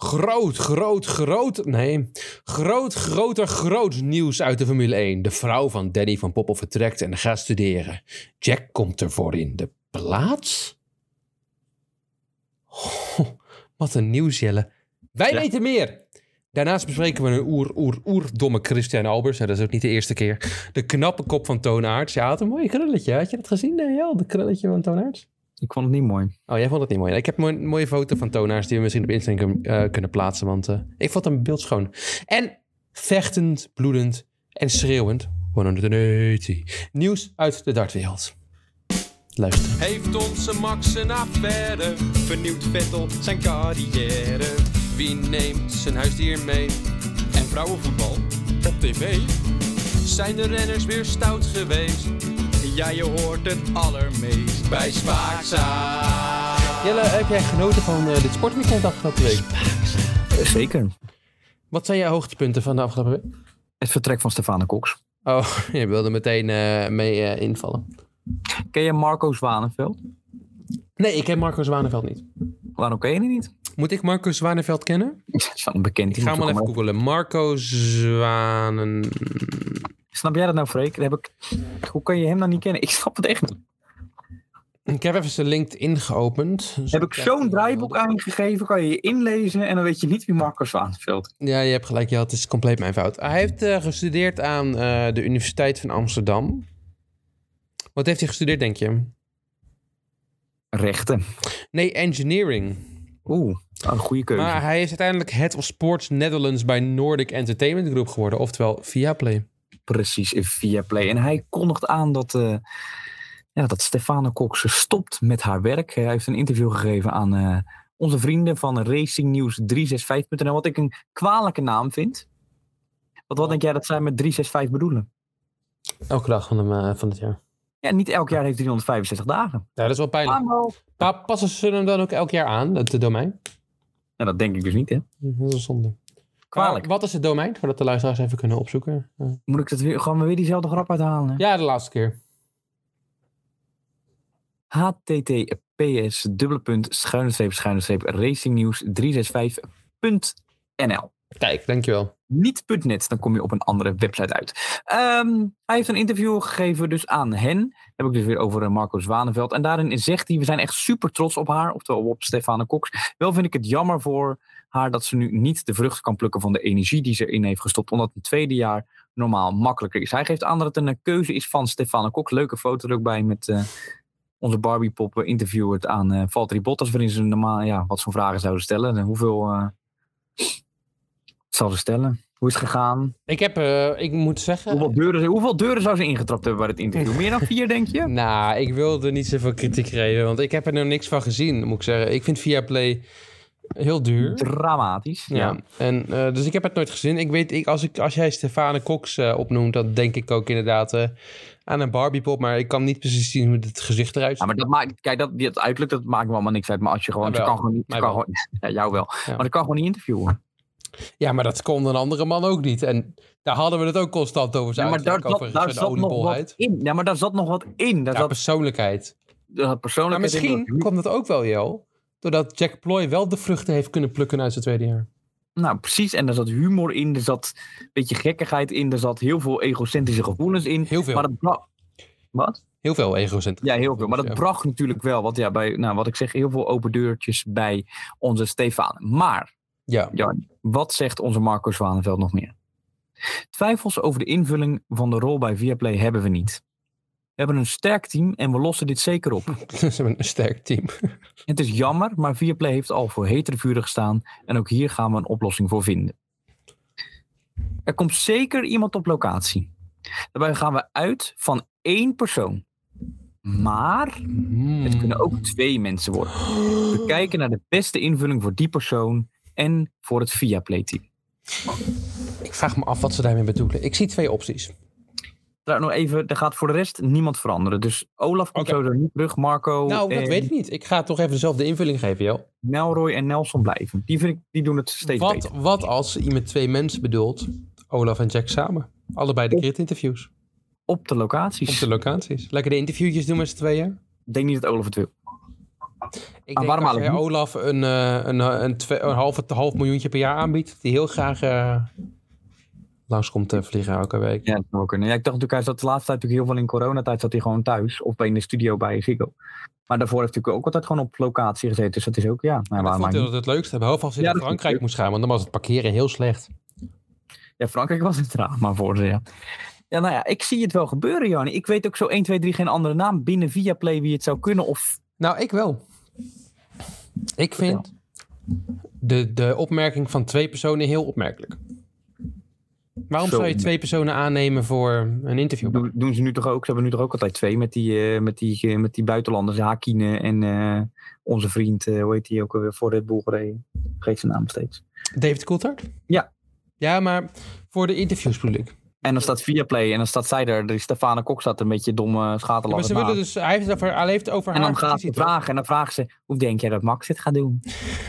Groot nieuws uit de Formule 1. De vrouw van Danny van Poppel vertrekt en gaat studeren. Jack komt ervoor in de plaats? Oh, wat een nieuws, Jelle. Wij weten meer. Daarnaast bespreken we een oerdomme Christian Albers. Dat is ook niet de eerste keer. De knappe kop van Toon Aerts. Ja, had een mooi krulletje. Had je dat gezien, Jelle? De krulletje van Toon Aerts? Ik vond het niet mooi. Oh, jij vond het niet mooi. Ik heb een mooie foto van Toon Aerts die we misschien op Instagram kunnen plaatsen. Want ik vond hem beeldschoon. En vechtend, bloedend en schreeuwend. 180. Nieuws uit de dartwereld. Luister. Heeft onze Max een affaire? Vernieuwt Vettel zijn carrière? Wie neemt zijn huisdier mee? En vrouwenvoetbal op tv? Zijn de renners weer stout geweest? Ja, je hoort het allermeest bij Spaakzaam. Jelle, heb jij genoten van dit sportweekend afgelopen week? Zeker. Wat zijn jouw hoogtepunten van de afgelopen week? Het vertrek van Stefano Cox. Oh, je wilde meteen mee invallen. Ken je Marco Zwanenveld? Nee, ik ken Marco Zwanenveld niet. Waarom ken je die niet? Moet ik Marco Zwanenveld kennen? Dat is wel een bekend. Ik ga hem wel even googlen. Marco Zwanen... Snap jij dat nou, Freek? Hoe kan je hem nou niet kennen? Ik snap het echt niet. Ik heb even zijn LinkedIn geopend. Heb ik zo'n draaiboek aangegeven, kan je je inlezen en dan weet je niet wie Marco Zwanenveld is. Ja, je hebt gelijk. Ja, het is compleet mijn fout. Hij heeft gestudeerd aan de Universiteit van Amsterdam. Wat heeft hij gestudeerd, denk je? Rechten. Nee, engineering. Een goede keuze. Maar hij is uiteindelijk Head of Sports Netherlands bij Nordic Entertainment Group geworden. Oftewel Viaplay. Precies, in Viaplay. En hij kondigt aan dat Stefano Cox stopt met haar werk. Hij heeft een interview gegeven aan onze vrienden van RacingNews365.nl. Wat ik een kwalijke naam vind. Wat denk jij dat zij met 365 bedoelen? Elke dag van het jaar. Ja, niet elk jaar heeft 365 dagen. Ja, dat is wel pijnlijk. Passen ze hem dan ook elk jaar aan, het domein? Ja, dat denk ik dus niet, hè? Dat is zonde. Kwalijk. Wat is het domein? Voordat de luisteraars even kunnen opzoeken. Moet ik dat gewoon weer diezelfde grap uithalen? Ja, de laatste keer. https://racingnews365.nl. Kijk, dankjewel. Niet .net, dan kom je op een andere website uit. Hij heeft een interview gegeven dus aan hen. Heb ik dus weer over Marco Zwanenveld. En daarin zegt hij, we zijn echt super trots op haar. Oftewel op Stefano Cox. Wel vind ik het jammer voor haar dat ze nu niet de vrucht kan plukken van de energie die ze erin heeft gestopt. Omdat het tweede jaar normaal makkelijker is. Hij geeft aan dat het een keuze is van Stefano Cox. Leuke foto er ook bij met onze Barbie-pop interviewer aan Valtteri Bottas. Waarin ze normaal wat zo'n vragen zouden stellen. En hoeveel... zal ze stellen? Hoe is het gegaan? Ik moet zeggen... Hoeveel deuren zou ze ingetrapt hebben bij dit interview? Meer dan 4, denk je? Nou, ik wilde niet zoveel kritiek geven, want ik heb er nog niks van gezien, moet ik zeggen. Ik vind Viaplay heel duur. Dramatisch. Ja. En, dus ik heb het nooit gezien. Ik weet, als jij Stefano Cox opnoemt, dan denk ik ook inderdaad aan een Barbiepop, maar ik kan niet precies zien hoe het gezicht eruit ziet. Ja, maar dat maakt, kijk, dat uiterlijk, dat maakt me allemaal niks uit. Maar als je gewoon, je kan gewoon niet, ja, jou wel. Ja. Maar dat kan gewoon niet interviewen. Ja, maar dat kon een andere man ook niet. En daar hadden we het ook constant over. Ja, maar daar zat nog wat in. Ja, maar daar zat nog wat in. Daar zat persoonlijkheid. Maar misschien komt het ook wel, Jo. Doordat Jack Ploy wel de vruchten heeft kunnen plukken uit zijn tweede jaar. Nou, precies. En er zat humor in. Er zat een beetje gekkigheid in. Er zat heel veel egocentrische gevoelens in. Heel veel. Maar wat? Heel veel egocentrisch. Ja, heel veel. Maar dat bracht natuurlijk wel. Want ja, wat ik zeg, heel veel open deurtjes bij onze Stefan. Maar... Ja, wat zegt onze Marco Zwanenveld nog meer? Twijfels over de invulling van de rol bij Viaplay hebben we niet. We hebben een sterk team en we lossen dit zeker op. Ze hebben een sterk team. Het is jammer, maar Viaplay heeft al voor hetere vuren gestaan en ook hier gaan we een oplossing voor vinden. Er komt zeker iemand op locatie. Daarbij gaan we uit van 1 persoon. Maar het kunnen ook 2 mensen worden. We kijken naar de beste invulling voor die persoon en voor het Viaplay-team. Ik vraag me af wat ze daarmee bedoelen. Ik zie 2 opties. Nog even, er gaat voor de rest niemand veranderen. Dus Olaf komt zo er niet terug, Marco... Nou, dat weet ik niet. Ik ga toch even dezelfde invulling geven, joh. Melroy en Nelson blijven. Die doen het steeds beter. Wat als je met 2 mensen bedoelt, Olaf en Jack samen? Allebei de grid-interviews. Op de locaties. Lekker de interviewtjes doen met z'n tweeën? Ik denk niet dat Olaf het wil. Ik denk waarom als je eigenlijk niet? Olaf een half miljoentje per jaar aanbiedt, die heel graag langs komt te vliegen elke week. Ja, dat zou wel kunnen. Ja, ik dacht natuurlijk, hij zat de laatste tijd natuurlijk heel veel in coronatijd, zat hij gewoon thuis. Of in de studio bij Ziggo. Maar daarvoor heeft hij natuurlijk ook altijd gewoon op locatie gezeten. Dus dat is ook, ja. Nou, Ik vond het leukste. Behalve als hij naar Frankrijk moest gaan, want dan was het parkeren heel slecht. Ja, Frankrijk was het drama voor ze, ja. Ja, nou ja, ik zie het wel gebeuren, Jannie. Ik weet ook zo 1, 2, 3 geen andere naam binnen Viaplay wie het zou kunnen. Of... Nou, ik wel. Ik vind de opmerking van 2 personen heel opmerkelijk. Waarom zou je 2 personen aannemen voor een interview? Doen ze nu toch ook? Ze hebben nu toch ook altijd 2 met die buitenlanders, Hakine en onze vriend, hoe heet die ook alweer, voor Red Bull gereden? Vergeet zijn naam steeds. David Coulthard? Ja. Ja, maar voor de interviews bedoel ik. En dan staat Viaplay en dan staat zij er. De Stefane Kok staat een beetje domme schaterlachen. Ja, maar ze willen dus, hij heeft het over en haar dan gaat ze vragen en dan vragen ze, hoe denk jij dat Max dit gaat doen?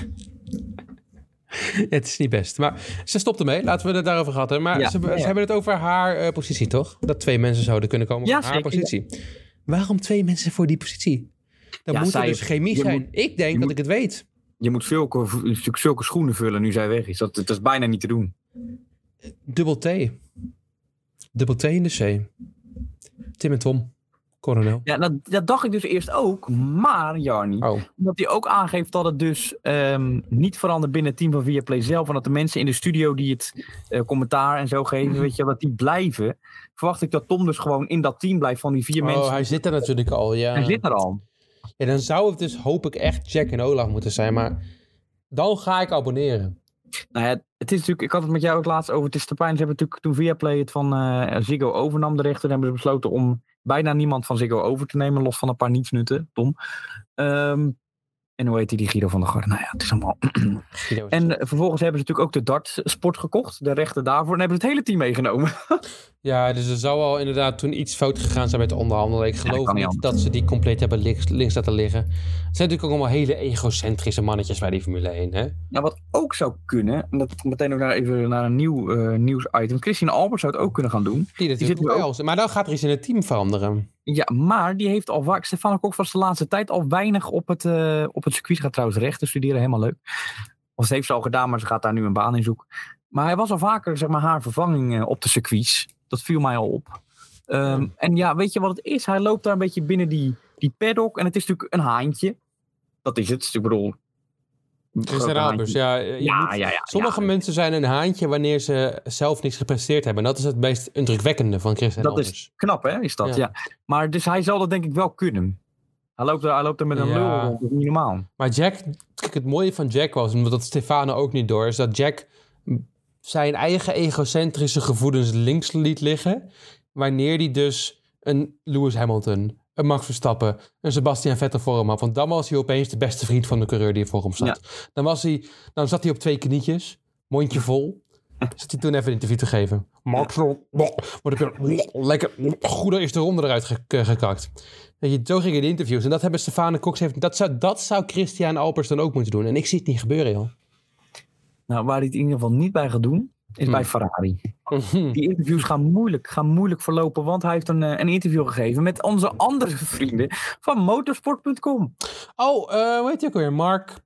Het is niet best. Maar ze stopt ermee. Laten we het daarover gehad hebben. Maar ze hebben het over haar positie, toch? Dat 2 mensen zouden kunnen komen voor haar positie. Ja. Waarom 2 mensen voor die positie? Dan moet er dus chemie zijn. Ik denk dat ik het weet. Je moet zulke schoenen vullen nu zij weg is. Dat is bijna niet te doen. Dubbel T in de C. Tim en Tom. Coronel. Ja, dat dacht ik dus eerst ook. Maar, Jarnie, omdat hij ook aangeeft dat het dus niet verandert binnen het team van Viaplay zelf. En dat de mensen in de studio die het commentaar en zo geven, weet je, dat die blijven. Verwacht ik dat Tom dus gewoon in dat team blijft van die 4 mensen. Oh, hij zit er natuurlijk al, ja. Hij zit er al. Ja, dan zou het dus, hoop ik, echt Jack en Olaf moeten zijn. Maar dan ga ik abonneren. Nou ja, het is natuurlijk, ik had het met jou ook laatst over. Het is te pijn. Ze hebben natuurlijk toen Viaplay het van Ziggo overnam, de rechter, hebben ze besloten om bijna niemand van Ziggo over te nemen, los van een paar nietsnutten, Tom. En hoe heet die Guido van der Garde? Nou ja, het is allemaal... En vervolgens hebben ze natuurlijk ook de dartsport gekocht, de rechten daarvoor, en hebben ze het hele team meegenomen. Ja, dus er zou al inderdaad toen iets fout gegaan zijn met de onderhandelen. Ik geloof niet dat ze die compleet hebben links laten liggen. Het zijn natuurlijk ook allemaal hele egocentrische mannetjes bij die Formule 1, hè? Nou, wat ook zou kunnen, en dat meteen ook even naar een nieuw nieuwsitem. Christian Albers zou het ook kunnen gaan doen. Die zit bij ons. Maar dan gaat er iets in het team veranderen. Ja, maar die heeft al vaak... Stefano Kok was de laatste tijd al weinig op het circuit. Gaat trouwens rechten studeren, helemaal leuk. Of ze heeft ze al gedaan, maar ze gaat daar nu een baan in zoeken. Maar hij was al vaker, zeg maar, haar vervanging op de circuits. Dat viel mij al op. En ja, weet je wat het is? Hij loopt daar een beetje binnen die paddock. En het is natuurlijk een haantje. Dat is het. Ik bedoel... Christian Albers, sommige mensen zijn een haantje wanneer ze zelf niks gepresteerd hebben. En dat is het meest indrukwekkende van Christian Albers. Dat is knap, hè? Is dat, ja. Maar dus hij zal dat denk ik wel kunnen. Hij loopt er met een lul rond, dat is niet normaal. Maar Jack, kijk, het mooie van Jack was, omdat dat Stefano ook niet door is, dat Jack zijn eigen egocentrische gevoelens links liet liggen, wanneer hij dus een Lewis Hamilton, een Max Verstappen, een Sebastian Vettel voor hem had. Want dan was hij opeens de beste vriend van de coureur die voor hem zat. Ja. Dan zat hij op 2 knietjes, mondje vol. Zat hij toen even een interview te geven. Max, wat heb je lekker goede eerste ronde eruit gekakt. Weet je, zo gingen de interviews. En dat hebben Stefano Kok gezegd. Dat zou Christian Albers dan ook moeten doen. En ik zie het niet gebeuren, joh. Nou, waar hij het in ieder geval niet bij gaat doen, is bij Ferrari. Die interviews gaan moeilijk verlopen, want hij heeft een interview gegeven met onze andere vrienden van motorsport.com. Oh, hoe heet hij ook weer? Mark?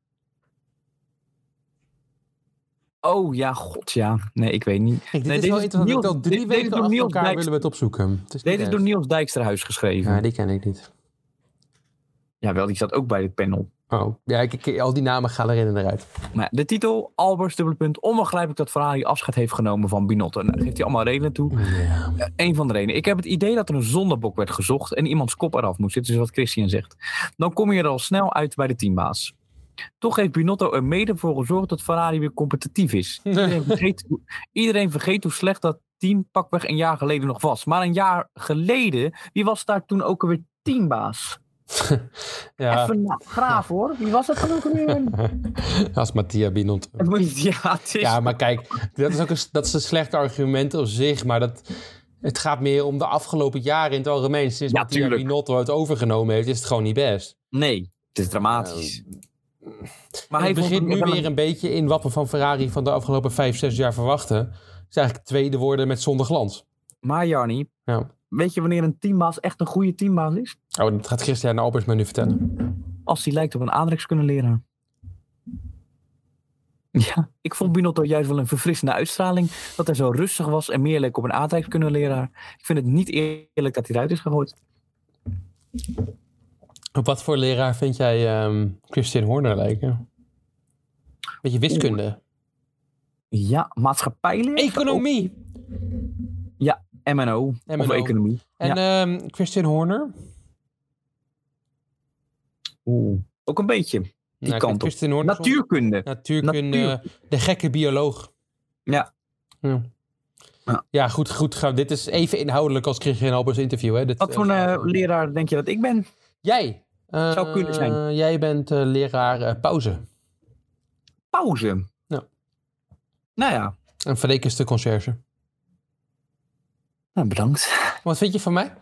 Oh ja, god ja. Nee, ik weet niet. Dit is wel interessant. Al 3 weken achter elkaar willen we het opzoeken. Deze is door Niels Dijksterhuis geschreven. Ja, die ken ik niet. Ja, wel, die zat ook bij het panel. Oh, ja, al die namen gaan erin en eruit. Maar de titel, Albers, : onbegrijpelijk dat Ferrari afscheid heeft genomen van Binotto. Nou, daar geeft hij allemaal redenen toe. Ja. Eén van de redenen. Ik heb het idee dat er een zondebok werd gezocht en iemands kop eraf moest zitten, is wat Christian zegt. Dan kom je er al snel uit bij de teambaas. Toch heeft Binotto er mede voor gezorgd dat Ferrari weer competitief is. Iedereen vergeet hoe slecht dat team pakweg een jaar geleden nog was. Maar een jaar geleden, wie was daar toen ook alweer teambaas? Ja. Even graaf hoor. Wie was dat dan ook weer? Dat is Mattia Binotto. Ja, maar kijk, dat is een slecht argument op zich. Maar het gaat meer om de afgelopen jaren in het algemeen. Sinds Mattia Binotto het overgenomen heeft, is het gewoon niet best. Nee, het is dramatisch. Maar hij begint nu weer een beetje in wat we van Ferrari van de afgelopen 5-6 jaar verwachten. Het is eigenlijk tweede worden met zonder glans. Maar Jarnie, weet je wanneer een teambaas echt een goede teambaas is? Oh, dat gaat Christian Albers me nu vertellen. als hij lijkt op een aardrijkskundeleraar. Ja, ik vond Binotto juist wel een verfrissende uitstraling. Dat hij zo rustig was en meer leek op een aardrijkskundeleraar. Ik vind het niet eerlijk dat hij eruit is gegooid. Op wat voor leraar vind jij Christian Horner lijken? Beetje wiskunde. Ja, maatschappijleer? Economie. Ja, MNO. Of economie. En ja. Christian Horner? Ook een beetje. Die kant op. Natuurkunde. Natuurkunde. De gekke bioloog. Ja. Ja, goed. Dit is even inhoudelijk als Christian Albers interview. Hè. Wat voor leraar denk je dat ik ben? Jij. Zou kunnen zijn. Jij bent leraar pauze. Pauze? Ja. Nou ja. Een verrekenste conciërge. Nou, bedankt. Wat vind je van mij?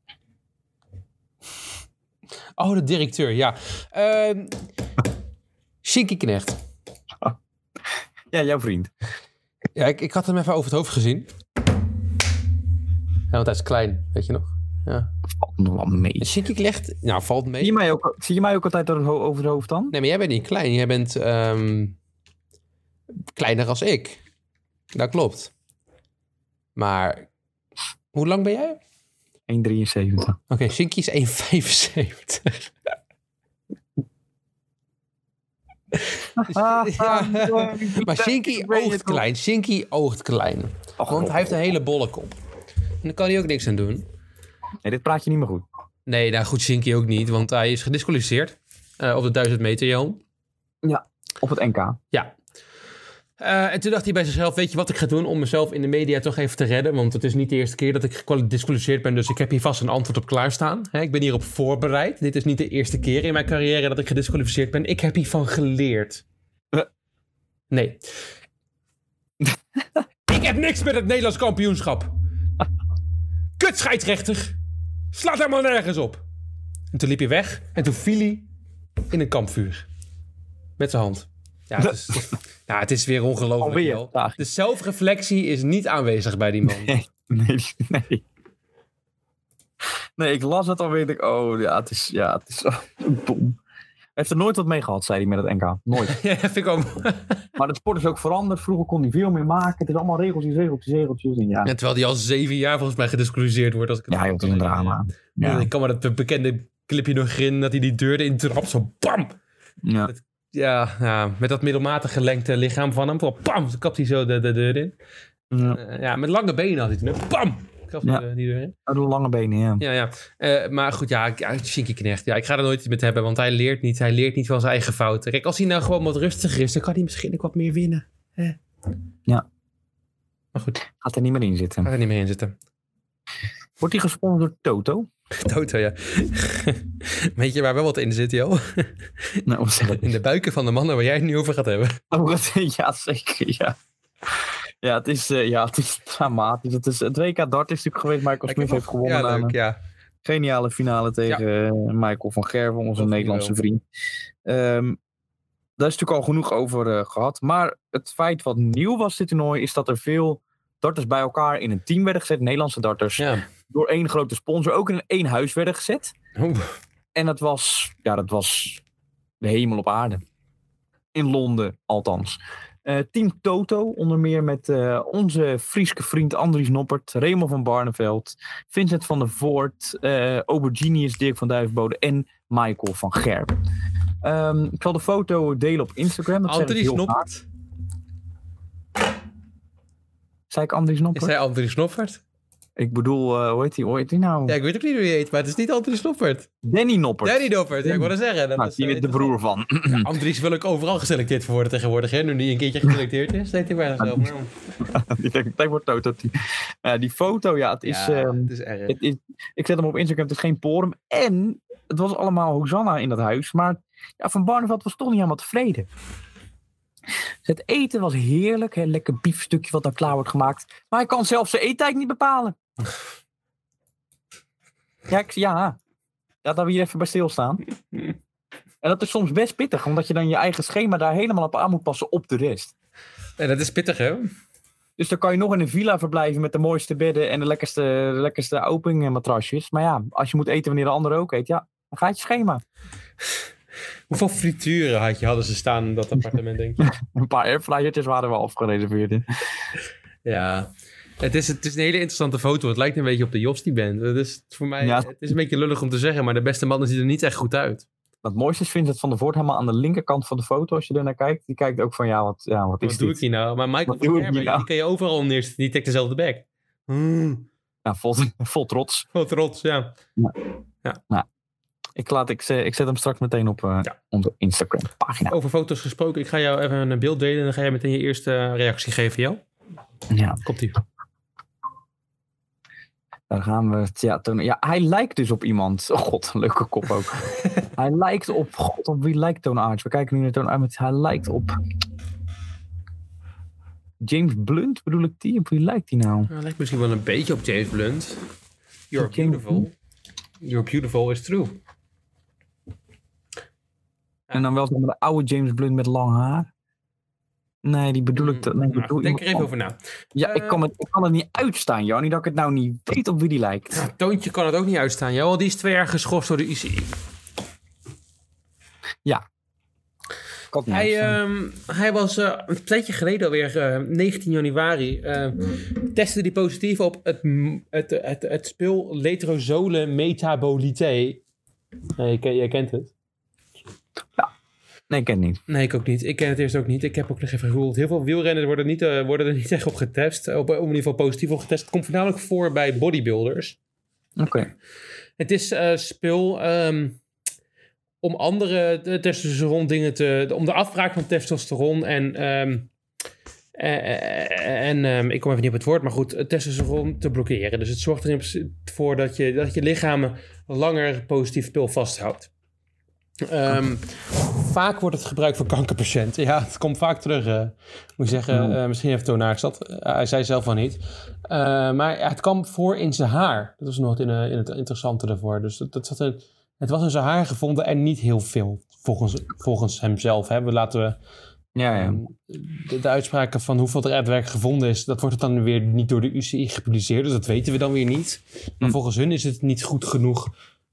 Oh, de directeur, ja. Shinky Knecht. Ja, jouw vriend. Ja, ik had hem even over het hoofd gezien. Ja, want hij is klein, weet je nog? Ja. Valt nog wel mee. Shinky Knecht, nou, valt mee. Zie je mij ook altijd over het hoofd dan? Nee, maar jij bent niet klein. Jij bent kleiner als ik. Dat klopt. Maar, hoe lang ben jij? 1,73. Oké, Shinky is 1,75. Maar Shinky oogt klein. Shinky oogt klein. Want hij heeft een hele bolle kop. En daar kan hij ook niks aan doen. Nee, dit praat je niet meer goed. Nee, nou goed, Shinky ook niet. Want hij is gedisqualificeerd op de 1000 meter, Johan. Ja, op het NK. Ja. En toen dacht hij bij zichzelf, weet je wat ik ga doen om mezelf in de media toch even te redden? Want het is niet de eerste keer dat ik gedisqualificeerd ben, dus ik heb hier vast een antwoord op klaarstaan. Ik ben hierop voorbereid. Dit is niet de eerste keer in mijn carrière dat ik gedisqualificeerd ben. Ik heb hiervan geleerd. Nee. Ik heb niks met het Nederlands kampioenschap. Kut scheidsrechter. Slaat helemaal nergens op. En toen liep hij weg en toen viel hij in een kampvuur. Met zijn hand. Ja, het is weer ongelooflijk. De zelfreflectie is niet aanwezig bij die man. Nee. Nee, ik las het al weet ik. Oh, het is bom. Hij heeft er nooit wat mee gehad, zei hij met het NK. Nooit. Ja, vind ik ook. Maar de sport is ook veranderd. Vroeger kon hij veel meer maken. Het is allemaal regeltjes. En ja. En terwijl hij al 7 jaar volgens mij gedisqualificeerd wordt. Als ik het is een drama. Ja. Ik kan me dat bekende clipje nog herinneren dat hij die deur in trapt. Zo bam! Ja. Met dat middelmatig gelenkte lichaam van hem. Bam! Dan kapt hij zo de deur in. Ja. Met lange benen had hij toen. Bam! Die deur in. Door lange benen, ja. Maar goed, Shinky Knecht. Ja, ik ga er nooit iets met hebben, want hij leert niet van zijn eigen fouten. Kijk, als hij nou gewoon wat rustiger is, dan kan hij misschien ook wat meer winnen. Ja. Maar goed. Gaat er niet meer in zitten. Wordt hij gesponsord door Toto? Toto, ja. Weet je waar wel wat in zit, joh? Nou, in de buiken van de mannen waar jij het nu over gaat hebben. Ja, zeker, ja. Ja, het is dramatisch. Het WK Dart is natuurlijk geweest. Michael Smith heeft gewonnen. Ja, leuk, ja. Geniale finale tegen Michael van Gerven, onze Nederlandse vriend. Daar is natuurlijk al genoeg over gehad. Maar het feit wat nieuw was dit toernooi is dat er veel darters bij elkaar in een team werden gezet. Nederlandse darters. Ja. Door één grote sponsor ook in één huis werden gezet. En dat was de hemel op aarde. In Londen althans. Team Toto, onder meer met onze Frieske vriend Andries Noppert, Raymond van Barneveld, Vincent van der Voort, Auberginius Dirk van Duivenbode en Michael van Gerben. Ik zal de foto delen op Instagram. Andries Noppert? Zei ik Andries Noppert? Is hij Andries Noppert? Ik bedoel, hoe heet die nou? Ja, ik weet ook niet hoe hij heet, maar het is niet Andries Noppert. Danny Noppert, ja, ik wilde zeggen. Dat is de broer van. Ja, Andries wil ook overal geselecteerd voor worden tegenwoordig, hè? Nu die een keertje geselecteerd is, denkt hij bij zichzelf. Die denkt wordt Toto. Die foto, het is... het is erg. Ik zet hem op Instagram, het is geen porum. En het was allemaal Hosanna in dat huis. Maar Van Barneveld was toch niet helemaal tevreden. Het eten was heerlijk. Een lekker biefstukje wat dan klaar wordt gemaakt. Maar hij kan zelfs zijn eettijd niet bepalen. Dat we hier even bij stilstaan. En dat is soms best pittig. Omdat je dan je eigen schema daar helemaal op aan moet passen op de rest. Ja, dat is pittig, hè? Dus dan kan je nog in een villa verblijven met de mooiste bedden en de lekkerste openingmatrasjes. Maar ja, als je moet eten wanneer de ander ook eet, dan gaat je schema. Hoeveel frituren hadden ze staan in dat appartement, denk je? Een paar airfryertjes waren wel afgereserveerd. Ja, het is een hele interessante foto. Het lijkt een beetje op de Jobs-band. Dat is voor mij, het is een beetje lullig om te zeggen, maar de beste man ziet er niet echt goed uit. Het mooiste is Vincent van der Voort helemaal aan de linkerkant van de foto, als je er naar kijkt. Die kijkt ook van, wat is Wat doe ik hier nou? Maar Michael van Gerwen, die kan je overal neerzetten. Die trekt dezelfde bek. Ja, vol trots. Vol trots, ja. Nou, ik zet hem straks meteen op onze Instagram-pagina. Over foto's gesproken, ik ga jou even een beeld delen en dan ga jij meteen je eerste reactie geven, joh. Ja. Komt-ie. Daar gaan we het tonen. Ja, hij lijkt dus op iemand. Oh god, leuke kop ook. Hij lijkt op... God, op wie lijkt Toon Aerts? We kijken nu naar Toon Aerts. Hij lijkt op... James Blunt, bedoel ik die? Op wie lijkt die nou? Hij lijkt misschien wel een beetje op James Blunt. You're beautiful. You're beautiful is true. En dan wel zo met de oude James Blunt met lang haar. Nee, die bedoel ik... Denk er even over na. Ja, ik kan het niet uitstaan, Joh. Niet dat ik het nou niet weet op wie die lijkt. Nou, Toontje kan het ook niet uitstaan, joh. Die is 2 jaar geschorst door de UCI. Ja. Hij was een tijdje geleden alweer, 19 januari, testte hij positief op het spul letrozole metabolite. Jij kent het? Ja. Nee, ik ken het niet. Nee, ik ook niet. Ik ken het eerst ook niet. Ik heb ook nog even gegoogeld. Heel veel wielrenners worden er niet echt op getest. Op in ieder geval positief op getest. Het komt voornamelijk voor bij bodybuilders. Oké. Het is spul om andere testosteron dingen om de afbraak van testosteron en ik kom even niet op het woord, maar goed, testosteron te blokkeren. Dus het zorgt er voor dat je lichaam langer positief spul vasthoudt. Vaak wordt het gebruikt voor kankerpatiënten. Ja, het komt vaak terug. Moet je zeggen, misschien heeft Toon Aerts dat. Hij zei zelf van niet. Maar het kwam voor in zijn haar. Dat was nog in het interessante ervoor. Dus het was in zijn haar gevonden en niet heel veel. Volgens hemzelf. Hè. De uitspraken van hoeveel er uitwerk gevonden is, dat wordt het dan weer niet door de UCI gepubliceerd. Dus dat weten we dan weer niet. Maar volgens hun is het niet goed genoeg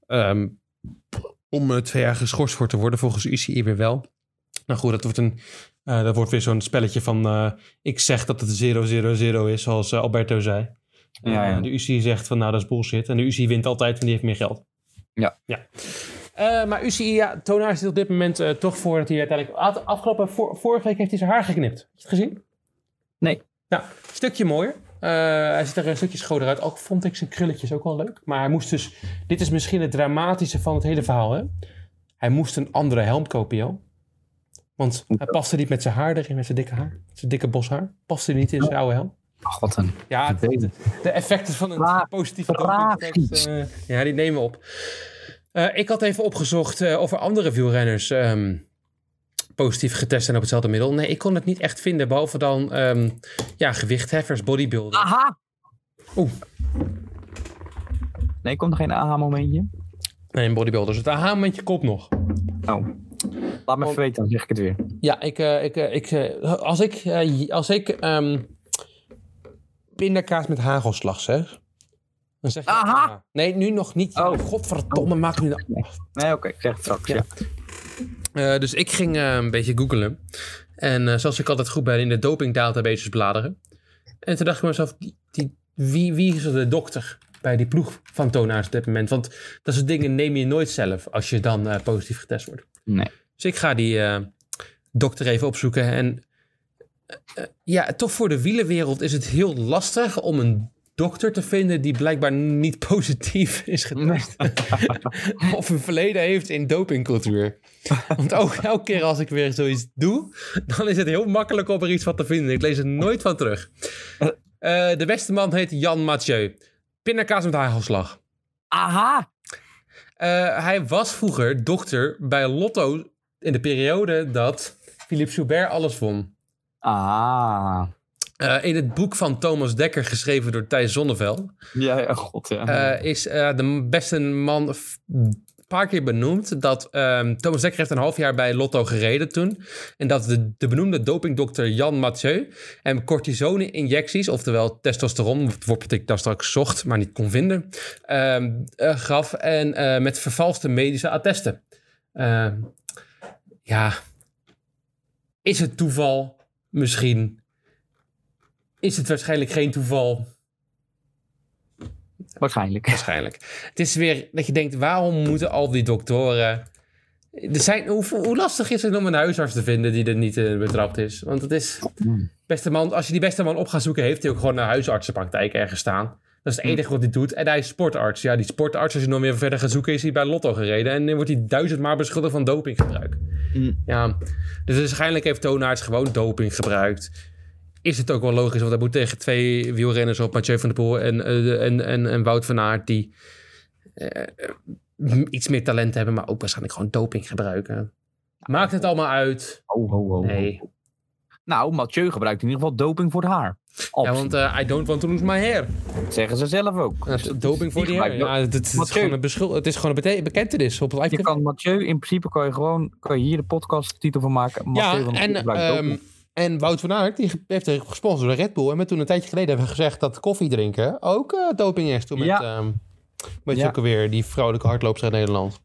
om 2 jaar geschorst voor te worden. Volgens de UCI weer wel. Nou goed, dat wordt weer zo'n spelletje van ik zeg dat het 000 is, zoals Alberto zei. De UCI zegt van nou, dat is bullshit. En de UCI wint altijd, want die heeft meer geld. Ja. Maar UCI, Toon Aerts zit op dit moment toch voor dat hij uiteindelijk... Vorige week heeft hij zijn haar geknipt. Heb je het gezien? Nee. Nou, een stukje mooier. Hij ziet er een stukje schoner uit. Ook vond ik zijn krulletjes ook wel leuk. Maar hij moest dus... Dit is misschien het dramatische van het hele verhaal, hè? Hij moest een andere helm kopen, joh. Want hij paste niet met zijn haar erin, met zijn dikke haar. Zijn dikke boshaar. Paste niet in zijn oude helm. Ach, wat een... Ja, de effecten van een positieve doping-effect, die nemen op. Ik had even opgezocht of er andere wielrenners positief getest zijn op hetzelfde middel. Nee, ik kon het niet echt vinden, behalve dan gewichtheffers, bodybuilders. Aha! Nee, komt er geen aha-momentje? Nee, bodybuilders. Het aha-momentje komt nog. Oh. Laat me even weten, dan zeg ik het weer. Ja, als ik pindakaas met hagelslag zeg, dan zeg je... Aha! Nee, nu nog niet. Oh. Godverdomme, maak nu dan... Nee, oké, ik zeg het straks, ja. Dus ik ging een beetje googlen. En zoals ik altijd goed ben in de dopingdatabases bladeren. En toen dacht ik mezelf, wie is er de dokter bij die ploeg van Toon Aerts op dit moment? Want dat soort dingen neem je nooit zelf als je dan positief getest wordt. Nee. Dus ik ga die dokter even opzoeken. En toch voor de wielerwereld is het heel lastig om een dokter te vinden die blijkbaar niet positief is getest. Of een verleden heeft in dopingcultuur. Want ook elke keer als ik weer zoiets doe, dan is het heel makkelijk om er iets van te vinden. Ik lees er nooit van terug. De beste man heet Jan Mathieu. Pindakaas met hagelslag. Aha! Hij was vroeger dokter bij Lotto in de periode dat Philippe Joubert alles won. Ah. In het boek van Thomas Dekker, geschreven door Thijs Zonneveld, is de beste man een paar keer benoemd dat Thomas Dekker heeft een half jaar bij Lotto gereden toen. En dat de benoemde dopingdokter Jan Mathieu hem cortisone-injecties, oftewel testosteron, wat ik daar straks zocht, maar niet kon vinden, gaf. En met vervalste medische attesten. Ja. Is het toeval? Misschien. Is het waarschijnlijk geen toeval? Waarschijnlijk. Waarschijnlijk. Het is weer dat je denkt, waarom moeten al die doktoren... Hoe lastig is het om een huisarts te vinden die er niet betrapt is? Want het is... Beste man, als je die beste man op gaat zoeken, heeft hij ook gewoon een huisartsenpraktijk ergens staan. Dat is het enige wat hij doet. En hij is sportarts. Ja, die sportarts, als je nog meer verder gaat zoeken, is hij bij Lotto gereden. En dan wordt hij 1000 maal beschuldigd van dopinggebruik. Ja, dus waarschijnlijk heeft Toonaerts gewoon doping gebruikt. Is het ook wel logisch, want hij moet tegen 2 wielrenners op, Mathieu van der Poel en Wout van Aert, die iets meer talent hebben, maar ook waarschijnlijk gewoon doping gebruiken. Maakt het allemaal uit? Nee. Nou, Mathieu gebruikt in ieder geval doping voor het haar. Ja, want I don't want to lose my hair. Dat zeggen ze zelf ook. Doping voor die hair. Ja, het is gewoon een bekentenis op live. Je kan Mathieu, in principe kan je hier de podcasttitel van maken. Mathieu en Wout van Aert, die heeft gesponsord door Red Bull. En toen een tijdje geleden hebben we gezegd dat koffie drinken ook doping is. Toen met ook alweer die vrouwelijke hardloopster in Nederland.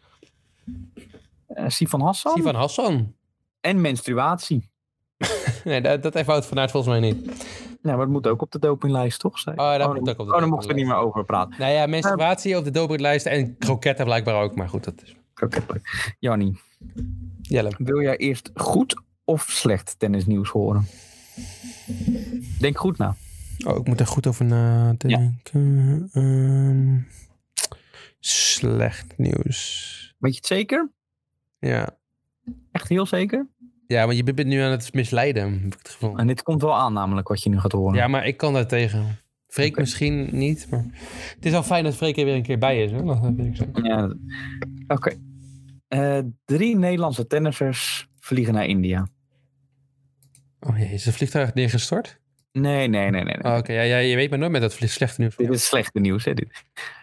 Sivan Hassan. En menstruatie. Nee, dat heeft Wout van Aert volgens mij niet. Nee, maar het moet ook op de dopinglijst, toch? Dan mochten we niet meer over praten. Nou ja, menstruatie op de dopinglijst en kroketten blijkbaar ook. Maar goed, dat is... Kroketten. Jannie. Jelle. Wil jij eerst goed of slecht tennisnieuws horen? Denk goed na. Oh, ik moet er goed over nadenken. Ja. Slecht nieuws. Weet je het zeker? Ja. Echt heel zeker? Ja, maar je bent nu aan het misleiden, heb ik het gevoel. En dit komt wel aan namelijk, wat je nu gaat horen. Ja, maar ik kan daar tegen. Freek misschien niet, maar... Het is al fijn dat Freek er weer een keer bij is, hoor. Dat wil ik zeggen. Ja, oké. 3 Nederlandse tennissers vliegen naar India. Oh jee, is het vliegtuig neergestort? Nee. Oh, oké, ja, je weet maar nooit met dat slechte nieuws. Dit is slechte nieuws, hè, dit.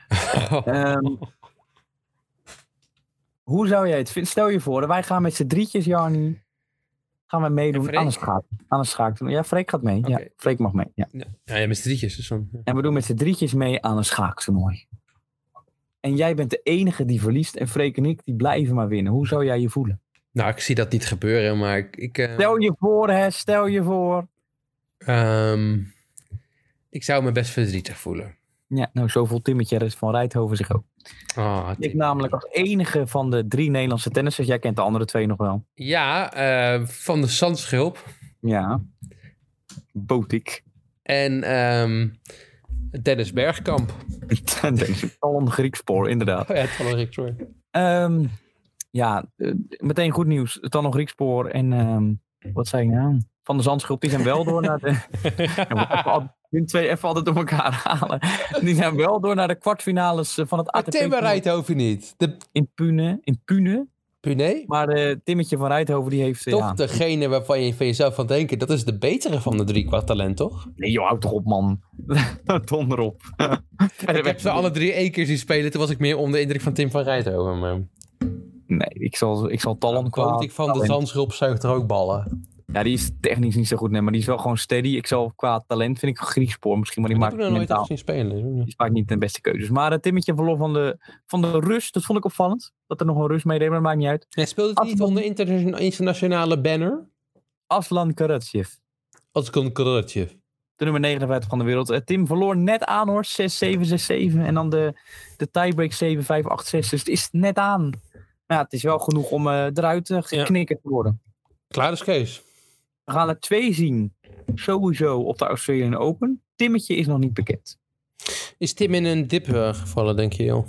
Hoe zou jij het vinden? Stel je voor, wij gaan met z'n drietjes, Jarnie. Gaan we meedoen aan een schaaktoernooi. Ja, Freek gaat mee. Okay. Ja, Freek mag mee. Ja, met z'n drietjes. Dus dan, ja. En we doen met z'n drietjes mee aan een schaaktoernooi. En jij bent de enige die verliest en Freek en ik die blijven maar winnen. Hoe zou jij je voelen? Nou, ik zie dat niet gebeuren, maar ik Stel je voor. Ik zou me best verdrietig voelen. Ja, nou zo voelt Timmetje van Rijthoven zich ook. Ik namelijk als enige van de 3 Nederlandse tennissers. Jij kent de andere 2 nog wel. Ja, Van de Zandschulp. Ja. Botik. En Dennis Bergkamp. Talon Griekspoor, inderdaad. Oh ja, Talon Griekspoor. Meteen goed nieuws. Talon Griekspoor en wat zei ik nou? Van de Zandschulp, die zijn wel door naar de... Die 2 even altijd door elkaar halen. Die zijn wel door naar de kwartfinales van het ATP. Timmer Rijthoven niet. In Pune. Pune? Maar Timmetje van Rijthoven die heeft... Toch degene waarvan je van jezelf van denken, dat is de betere van de 3 kwart talent, toch? Nee joh, houd toch op man. Donder op. Ik heb ze alle 3 één keer zien spelen, toen was ik meer onder de indruk van Tim van Rijthoven. Maar... Nee, ik zal Talon qua... Ik van de Zandschulp zuigt er ook ballen. Ja, die is technisch niet zo goed, nee, maar die is wel gewoon steady. Ik zal qua talent vind ik Griekspoor misschien, maar die maakt nog nooit echt zien spelen. Die maakt niet de beste keuzes. Maar Timmetje verloor van de Rus, dat vond ik opvallend. Dat er nog een Rus meedeed, maar dat maakt niet uit. Hij speelde het niet onder internationale banner? Aslan Karatsev. De nummer 59 van de wereld. Tim verloor net aan hoor, 6-7, 6-7. En dan de tiebreak 7-5, 8-6. Dus het is net aan. Ja, het is wel genoeg om eruit geknikkerd te worden. Klaar is Kees. We gaan er 2 zien. Sowieso op de Australian Open. Timmetje is nog niet bekend. Is Tim in een dip gevallen, denk je, joh?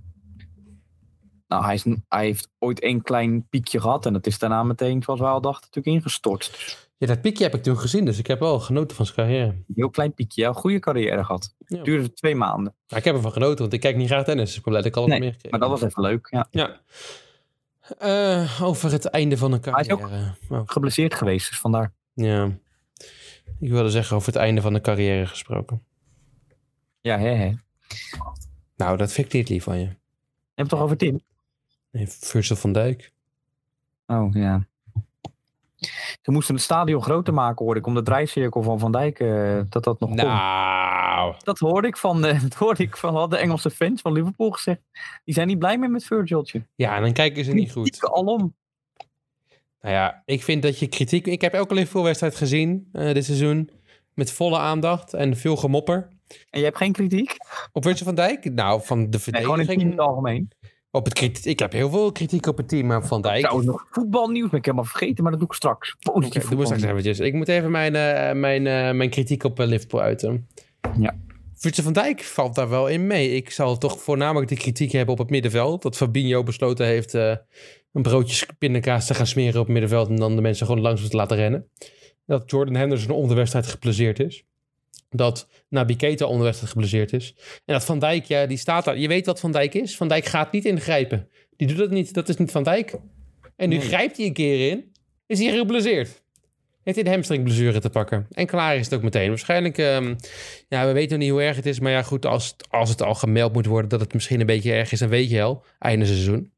Nou, hij heeft ooit 1 klein piekje gehad. En dat is daarna meteen, zoals we al dachten, natuurlijk ingestort. Dus. Ja, dat piekje heb ik toen gezien. Dus ik heb wel genoten van zijn carrière. Een heel klein piekje. Ja, goede carrière gehad. Ja. Duurde 2 maanden. Ja, ik heb ervan genoten, want ik kijk niet graag tennis. Dus ik ben blij dat ik al wat meer gekregen. Maar dat was even leuk, ja. Over het einde van een carrière. Hij is ook geblesseerd geweest, dus vandaar. Ja. Ik wilde zeggen over het einde van de carrière gesproken. Ja, hè. Nou, dat vind ik niet lief van je. Je hebt het toch over Tim? Nee, Virgil van Dijk. Oh, ja. Ze moesten het stadion groter maken, hoorde ik, om de draaicirkel van Dijk, dat nog komt. Dat hoorde ik van wat de Engelse fans van Liverpool gezegd. Die zijn niet blij meer met Virgiltje. Ja, en dan kijken ze niet goed. Alom. Nou ja, ik vind dat je kritiek... Ik heb elke Liverpool-wedstrijd gezien dit seizoen. Met volle aandacht en veel gemopper. En je hebt geen kritiek? Op Virgil van Dijk? Nou, van de Nee, verdediging... gewoon in het algemeen. Ik heb heel veel kritiek op het team, maar Van Dijk... Trouwens, nog voetbalnieuws ben ik helemaal vergeten, maar dat doe ik straks. Oké, doe maar straks eventjes. Ik moet even mijn kritiek op Liverpool uiten. Ja. Virgil van Dijk valt daar wel in mee. Ik zal toch voornamelijk de kritiek hebben op het middenveld. Dat Fabinho besloten heeft een broodje pindakaas te gaan smeren op het middenveld en dan de mensen gewoon langs te laten rennen. Dat Jordan Henderson onder de wedstrijd geblesseerd is. Dat Naby Keita onder de wedstrijd geblesseerd is. En dat Van Dijk, ja, die staat daar. Je weet wat Van Dijk is. Van Dijk gaat niet ingrijpen. Die doet dat niet. Dat is niet Van Dijk. En nu grijpt hij een keer in. Is hij geblesseerd. Heeft hij de hamstringblessure te pakken. En klaar is het ook meteen. Waarschijnlijk, we weten nog niet hoe erg het is. Maar ja, goed, als het al gemeld moet worden dat het misschien een beetje erg is, dan weet je al. Einde seizoen.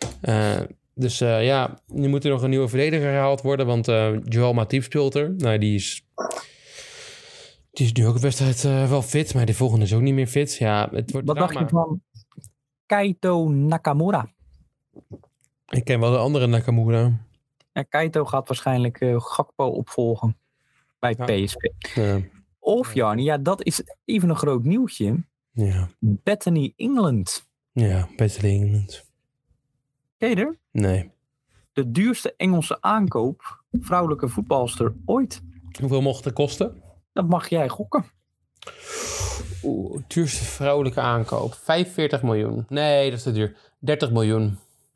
Nu moet er nog een nieuwe verdediger gehaald worden. Want Joel Matip speelt er. Nou, die is nu ook een wedstrijd wel fit. Maar de volgende is ook niet meer fit. Ja, het wordt Wat drama. dacht je van Keito Nakamura? Ik ken wel de andere Nakamura. Ja, Keito gaat waarschijnlijk Gakpo opvolgen bij PSV. Ja. Of Jarni, ja, dat is even een groot nieuwtje. Ja. Bethany England. Ja, beter Engeland. Ken je er? Nee. De duurste Engelse aankoop, vrouwelijke voetbalster ooit. Hoeveel mocht het kosten? Dat mag jij gokken. Duurste vrouwelijke aankoop. 45 miljoen. Nee, dat is te duur. 30 miljoen.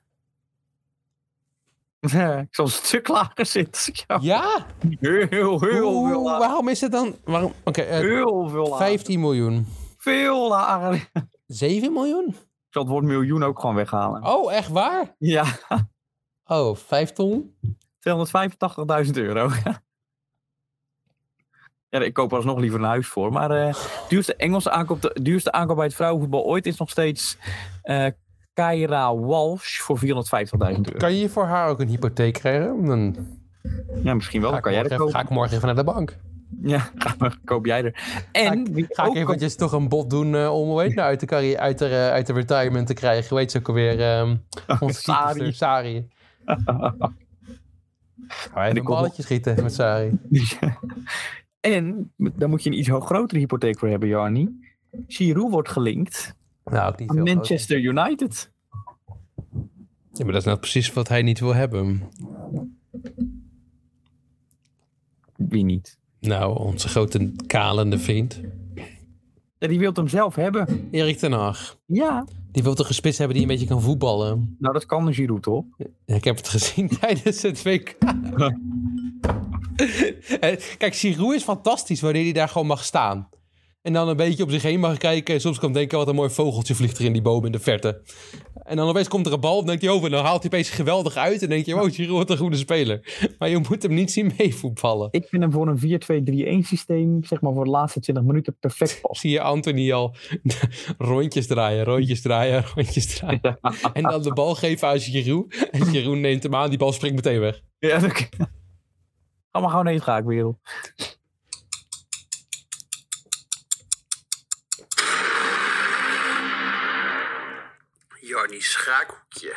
Ik zal een stuk lager zitten. Ja? Heel veel lager. Waarom is het dan? Heel veel lager. 15 miljoen. Veel lager. 7 miljoen? Ik zal het woord miljoen ook gewoon weghalen. Oh, echt waar? Ja. Oh, 5 ton? €285.000. Ja, ik koop er alsnog liever een huis voor. Maar de duurste aankoop bij het vrouwenvoetbal ooit is nog steeds Kyra Walsh voor €450.000. Kan je voor haar ook een hypotheek krijgen? Dan Ja, misschien wel. Dan kan jij dat kopen. ga ik morgen even naar de bank. Ja, koop jij er. En Ga ik eventjes toch een bod doen om uit de retirement te krijgen. Hoe heet ze ook alweer? Onze Sari. Sari. Ga even een balletje schieten met Sari. En dan moet je een iets grotere hypotheek voor hebben, Jarni. Giroud wordt gelinkt Nou, ook niet aan veel Manchester United. Ja, maar dat is nou precies wat hij niet wil hebben. Wie niet? Nou, onze grote kalende vriend. Ja, die wil hem zelf hebben. Erik ten Hag. Ja. Die wil toch een spits hebben die een beetje kan voetballen? Nou, dat kan de Giroud toch? Ja, ik heb het gezien tijdens het WK. Kijk, Giroud is fantastisch wanneer hij daar gewoon mag staan. En dan een beetje op zich heen mag kijken. En soms kan denken, wat een mooi vogeltje vliegt er in die boom in de verte. En dan opeens komt er een bal. En denk je, en dan haalt hij opeens geweldig uit. En denk je, wow, Giroud wordt een goede speler. Maar je moet hem niet zien meevoetballen. Ik vind hem voor een 4-2-3-1 systeem, zeg maar voor de laatste 20 minuten, perfect pas. Zie je Anthony al rondjes draaien. En dan de bal geven aan Giroud. En Giroud neemt hem aan, die bal springt meteen weg. Ja, dat ga maar gewoon heen, schaakwereld. Jarni Schaakhoekje.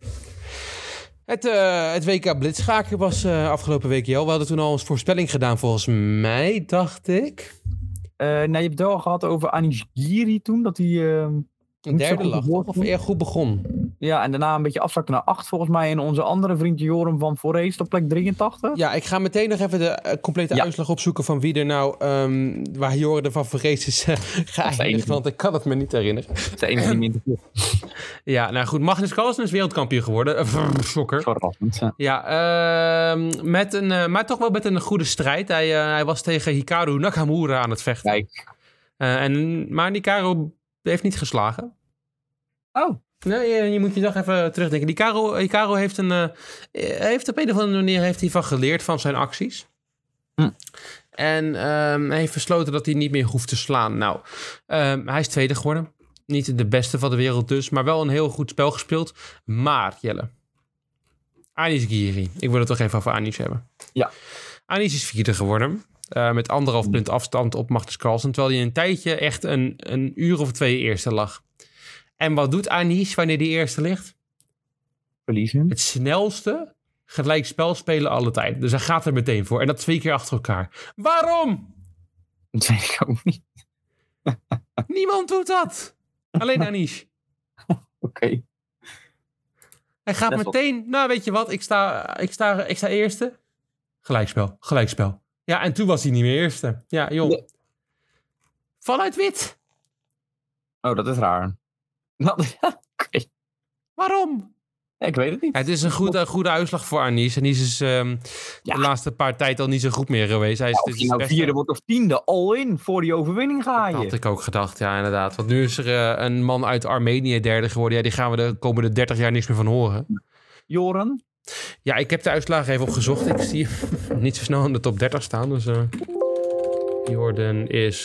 Het WK Blitzschaken was afgelopen week, Jel. We hadden toen al een voorspelling gedaan, volgens mij, dacht ik. Je hebt het wel al gehad over Anish Giri toen, dat hij... Een derde lag, toch? Of eerder goed begon. Ja, en daarna een beetje afzakte naar 8 volgens mij. En onze andere vriend Joram van Forest op plek 83. Ja, ik ga meteen nog even de complete uitslag opzoeken van wie er nou... waar Joram van Forest is geëindigd, want ik kan het me niet herinneren. Dat is de enige die me interesseert. Ja, nou goed. Magnus Carlsen is wereldkampioen geworden. Schokker. Verrassend. Ja, maar toch wel met een goede strijd. Hij was tegen Hikaru Nakamura aan het vechten. Kijk. Maar Hikaru heeft niet geslagen. Oh. Nee, je moet je toch even terugdenken. Hikaru heeft op een of andere manier van geleerd van zijn acties. En hij heeft besloten dat hij niet meer hoeft te slaan. Nou, hij is tweede geworden. Niet de beste van de wereld dus, maar wel een heel goed spel gespeeld. Maar, Jelle. Anish Giri. Ik wil het toch even over Anish hebben. Ja. Anish is vierde geworden. Met 1,5 punt afstand op Magnus Carlsen. Terwijl hij een tijdje echt een uur of 2 eerste lag. En wat doet Anish wanneer die eerste ligt? Verliezen. Het snelste gelijk spel spelen alle tijd. Dus hij gaat er meteen voor. En dat 2 keer achter elkaar. Waarom? Dat weet ik ook niet. Niemand doet dat. Alleen Anish. Oké. Hij gaat meteen... Nou, weet je wat? Ik sta eerste. Gelijkspel. Ja, en toen was hij niet meer eerste. Ja, joh. Nee. Vanuit wit. Oh, dat is raar. Oké. Waarom? Ik weet het niet. Ja, het is een goede uitslag voor Anish. Anish is de laatste paar tijd al niet zo goed meer geweest. Hij is, Of je nou 4e wordt of 10e, all in voor die overwinning ga je. Dat had ik ook gedacht, ja, inderdaad. Want nu is er een man uit Armenië 3e geworden. Ja, die gaan we de komende 30 jaar niks meer van horen. Joren? Ja, ik heb de uitslagen even opgezocht. Ik zie hem niet zo snel in de top 30 staan. Dus Jordan is...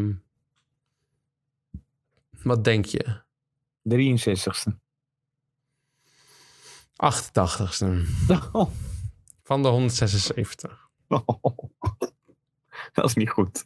wat denk je? 63ste. 88ste. Van de 176. Dat is niet goed.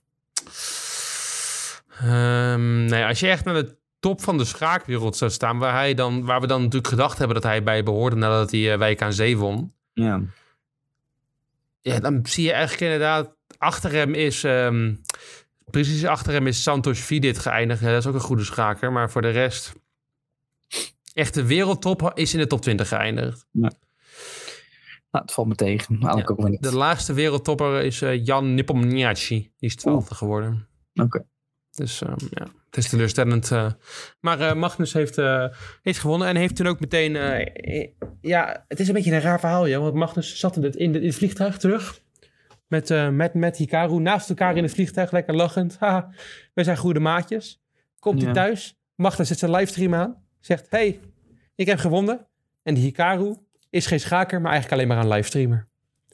Nee, als je echt naar de top van de schaakwereld zou staan... waar we dan natuurlijk gedacht hebben dat hij bij behoorde... nadat hij WK aan Zee won... Ja, dan zie je eigenlijk inderdaad... achter hem is... precies achter hem is Santosh Vidit geëindigd. Ja, dat is ook een goede schaker. Maar voor de rest... echt de wereldtop is in de top 20 geëindigd. Ja. Nou, het valt me tegen. Ook wel niet. De laagste wereldtopper is Jan Nepomniachtchi. Die is 12e geworden. Oké. Dus het is teleurstellend. Maar Magnus heeft gewonnen. En heeft toen ook meteen... het is een beetje een raar verhaal. Ja, want Magnus zat in het vliegtuig terug. Met Hikaru naast elkaar in het vliegtuig. Lekker lachend. Haha, we zijn goede maatjes. Komt hij thuis. Magnus zet zijn livestream aan. Zegt, hey, ik heb gewonnen. En die Hikaru is geen schaker, maar eigenlijk alleen maar een livestreamer.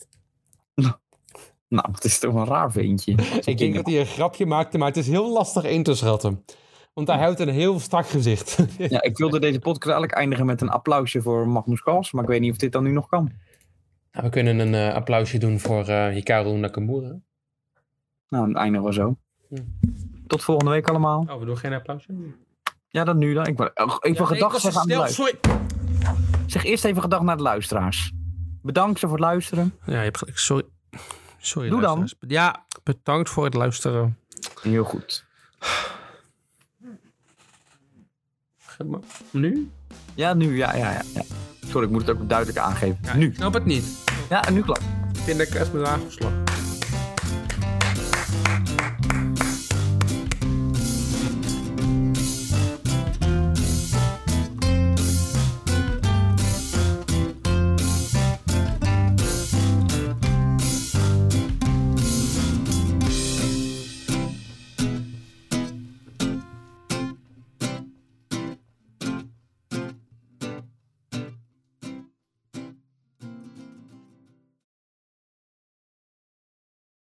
Nou, het is toch een raar ventje. Ik denk dat hij een grapje maakte, maar het is heel lastig in te schatten. Want hij houdt een heel strak gezicht. Ja, ik wilde deze podcast eigenlijk eindigen met een applausje voor Magnus Carlsen, maar ik weet niet of dit dan nu nog kan. Nou, we kunnen een applausje doen voor Hikaru Nakamura. Nou, dan eindigen we zo. Tot volgende week allemaal. Oh, we doen geen applausje? Ja, dat nu dan. Ik wil gedag zeggen aan de luisteraars. Sorry. Zeg eerst even gedag naar de luisteraars. Bedankt ze voor het luisteren. Ja, je hebt gelijk. Sorry. Doe dan. Ja, bedankt voor het luisteren. Heel goed. Nu? Ja, nu. Ja. Sorry, ik moet het ook duidelijk aangeven. Ja, nu. Ik snap het niet. Ja, en nu klaar. Ik vind dat ik echt met aangeslagen.